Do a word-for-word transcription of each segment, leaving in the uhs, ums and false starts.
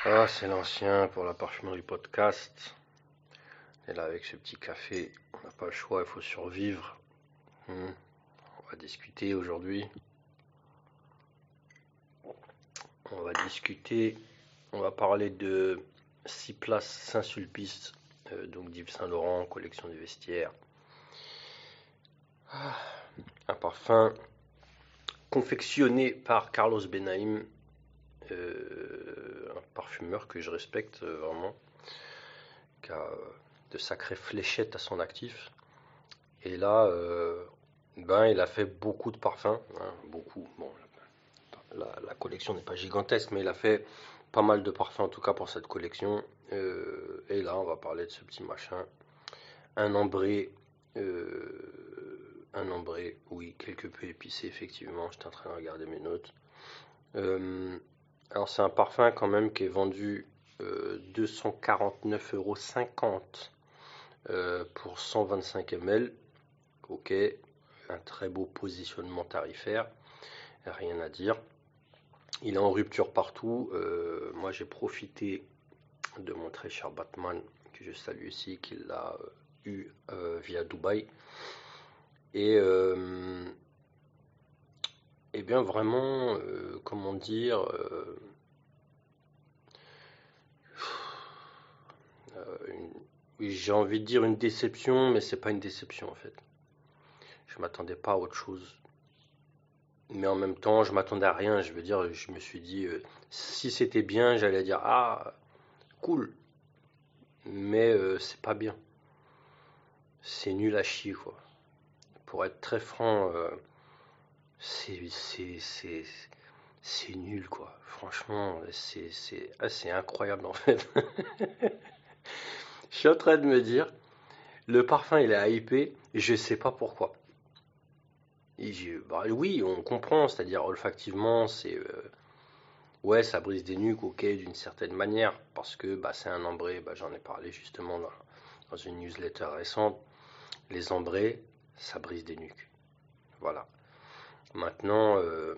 Ah, c'est l'ancien pour la parfumerie podcast. Et là, avec ce petit café, on n'a pas le choix, il faut survivre. Hmm. On va discuter aujourd'hui. On va discuter. On va parler de six places Saint-Sulpice, euh, donc d'Yves Saint Laurent, collection du vestiaire. Ah, un parfum confectionné par Carlos Benaim, euh, un parfumeur que je respecte euh, vraiment, qui a euh, de sacrées fléchettes à son actif. Et là, euh, ben, il a fait beaucoup de parfums, hein, beaucoup. Bon, la, la collection n'est pas gigantesque, mais il a fait pas mal de parfums en tout cas pour cette collection. Euh, et là, on va parler de ce petit machin, un ambré, euh, un ambré, oui, quelque peu épicé effectivement. J'étais en train de regarder mes notes. Euh, alors c'est un parfum quand même qui est vendu euh, deux cent quarante-neuf euros cinquante euh, pour cent vingt-cinq millilitres. Ok, un très beau positionnement tarifaire, rien à dire. Il est en rupture partout. Euh, moi, j'ai profité de mon très cher Batman, que je salue ici, qu'il l'a euh, eu euh, via Dubaï. Et, euh, et bien vraiment, euh, comment dire, euh, euh, une- oui, j'ai envie de dire une déception, mais c'est pas une déception en fait. Je m'attendais pas à autre chose. Mais en même temps, je m'attendais à rien. Je veux dire, je me suis dit, euh, si c'était bien, j'allais dire, ah, cool. Mais euh, c'est pas bien. C'est nul à chier, quoi. Pour être très franc, euh, c'est c'est- c'est- c'est nul, quoi. Franchement, c'est c'est assez incroyable, en fait. Je suis en train de me dire, le parfum, il est hypé, je sais pas pourquoi. Et j'ai- bah, oui, on comprend, c'est-à-dire olfactivement, c'est... euh, ouais, ça brise des nuques, ok, d'une certaine manière, parce que bah, c'est un ambré, bah, j'en ai parlé justement dans, dans une newsletter récente. Les ambrés, ça brise des nuques. Voilà. Maintenant, euh,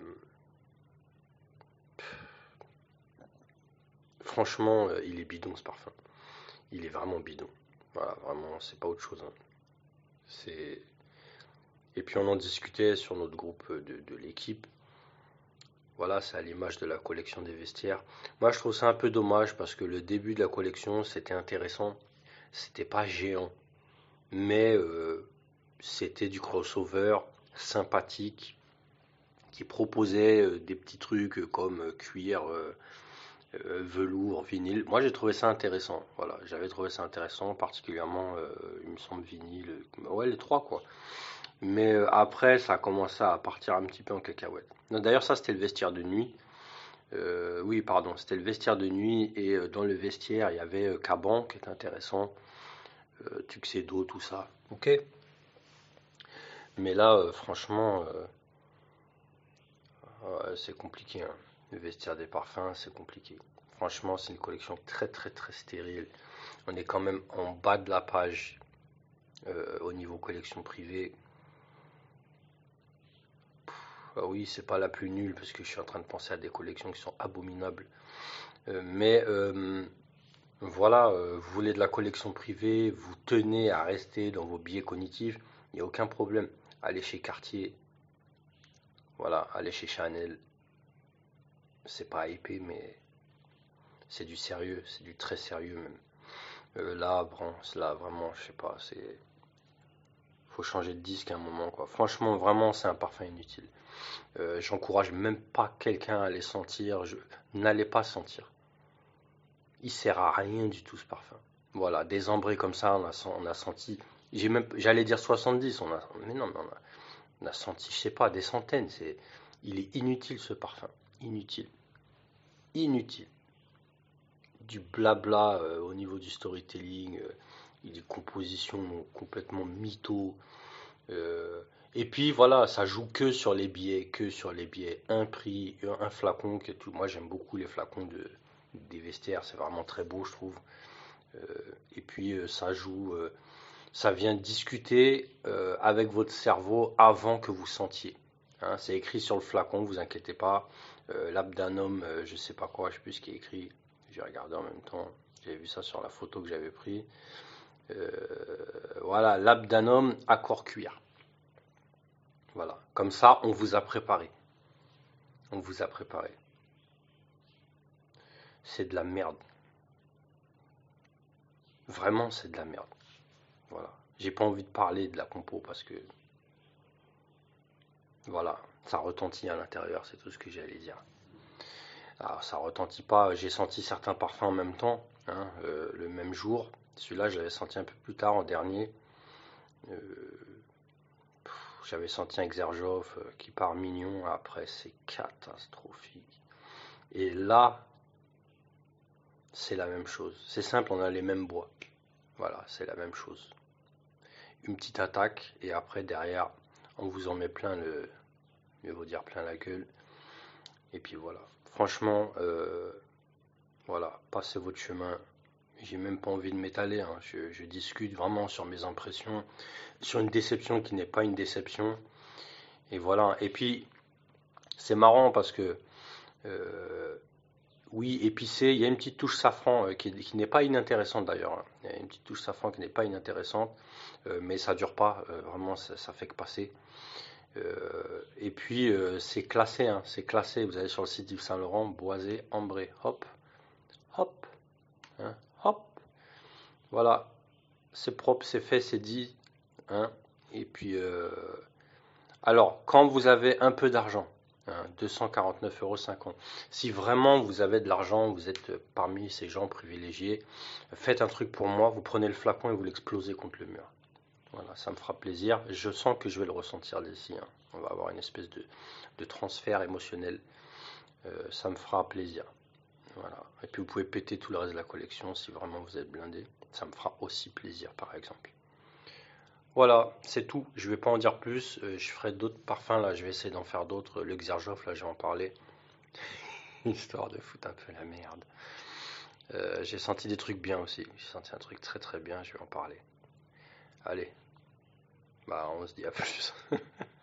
franchement, euh, il est bidon ce parfum. Il est vraiment bidon. Voilà, vraiment, c'est pas autre chose, hein. C'est... Et puis on en discutait sur notre groupe de, de l'équipe. Voilà, c'est à l'image de la collection des vestiaires. Moi, je trouve ça un peu dommage parce que le début de la collection, c'était intéressant. C'était pas géant, mais euh, c'était du crossover sympathique qui proposait euh, des petits trucs euh, comme euh, cuir, euh, euh, velours, vinyle. Moi, j'ai trouvé ça intéressant. Voilà, j'avais trouvé ça intéressant, particulièrement, euh, il me semble, vinyle. euh, Ouais, les trois, quoi. Mais euh, après, ça a commencé à partir un petit peu en cacahuète. Non, d'ailleurs, ça, c'était le vestiaire de nuit. Euh, oui, pardon, c'était le vestiaire de nuit. Et euh, dans le vestiaire, il y avait euh, Caban, qui est intéressant. Euh, Tuxedo, tout ça. Ok. Mais là, euh, franchement, euh, ouais, c'est compliqué, hein. Le vestiaire des parfums, c'est compliqué. Franchement, c'est une collection très, très, très stérile. On est quand même en bas de la page euh, au niveau collection privée. Ah oui, c'est pas la plus nulle parce que je suis en train de penser à des collections qui sont abominables. Euh, mais euh, voilà, euh, vous voulez de la collection privée, vous tenez à rester dans vos biais cognitifs, il n'y a aucun problème. Allez chez Cartier, voilà, allez chez Chanel. C'est pas épais, mais c'est du sérieux, c'est du très sérieux même. Euh, là, bon, là, vraiment, je sais pas, c'est. Faut changer de disque à un moment, quoi. Franchement, vraiment, c'est un parfum inutile. Euh, j'encourage même pas quelqu'un à les sentir. Je... N'allez pas sentir. Il sert à rien du tout ce parfum. Voilà, des ambrés comme ça, on a, on a senti. J'ai même, j'allais dire soixante-dix, on a, mais non, mais on a, on a senti, je sais pas, des centaines. C'est, il est inutile ce parfum. Inutile. Inutile. Du blabla euh, au niveau du storytelling, euh, des compositions complètement mytho. Euh, et puis voilà, ça joue que sur les billets, que sur les billets. Un prix, un flacon, que tout. Moi j'aime beaucoup les flacons de, des vestiaires, c'est vraiment très beau je trouve. Euh, et puis euh, ça joue, euh, ça vient discuter euh, avec votre cerveau avant que vous sentiez. Hein, c'est écrit sur le flacon, vous inquiétez pas. Euh, L'âme d'un homme, euh, je sais pas quoi, je sais plus ce qui est écrit. J'ai regardé en même temps. J'avais vu ça sur la photo que j'avais prise. Euh, voilà, lab d'un homme accord cuir. Voilà, comme ça, on vous a préparé. On vous a préparé. C'est de la merde. Vraiment, c'est de la merde. Voilà. J'ai pas envie de parler de la compo parce que voilà, ça retentit à l'intérieur, c'est tout ce que j'allais dire. Alors, ça retentit pas, j'ai senti certains parfums en même temps, hein, euh, le même jour. Celui-là, je l'avais senti un peu plus tard en dernier. Euh, J'avais senti un Xerjoff euh, qui part mignon, après c'est catastrophique. Et là, c'est la même chose. C'est simple, on a les mêmes bois. Voilà, c'est la même chose. Une petite attaque, et après derrière, on vous en met plein le, mieux vaut dire plein la gueule. Et puis voilà. Franchement, euh, voilà, passez votre chemin. J'ai même pas envie de m'étaler, hein. Je, je discute vraiment sur mes impressions, sur une déception qui n'est pas une déception. Et voilà. Et puis, c'est marrant parce que, euh, oui, épicé, il y a une petite touche safran euh, qui, qui n'est pas inintéressante d'ailleurs, hein. Il y a une petite touche safran qui n'est pas inintéressante, euh, mais ça dure pas, euh, vraiment, ça, ça fait que passer. Euh, et puis, euh, c'est classé, hein, c'est classé. Vous allez sur le site d'Yves Saint Laurent, boisé, ambré, hop, hop, hein, hop. Voilà, c'est propre, c'est fait, c'est dit, hein. Et puis, euh, alors, quand vous avez un peu d'argent, hein, deux cent quarante-neuf euros cinquante, si vraiment vous avez de l'argent, vous êtes parmi ces gens privilégiés, faites un truc pour moi, vous prenez le flacon et vous l'explosez contre le mur. Voilà, ça me fera plaisir. Je sens que je vais le ressentir d'ici, hein. On va avoir une espèce de, de transfert émotionnel. Euh, ça me fera plaisir. Voilà. Et puis vous pouvez péter tout le reste de la collection si vraiment vous êtes blindé. Ça me fera aussi plaisir, par exemple. Voilà, c'est tout. Je vais pas en dire plus. Euh, je ferai d'autres parfums là. Je vais essayer d'en faire d'autres. Le Xerjoff, là, je vais en parler. Histoire de foutre un peu la merde. Euh, j'ai senti des trucs bien aussi. J'ai senti un truc très très bien. Je vais en parler. Allez, bah on se dit à plus.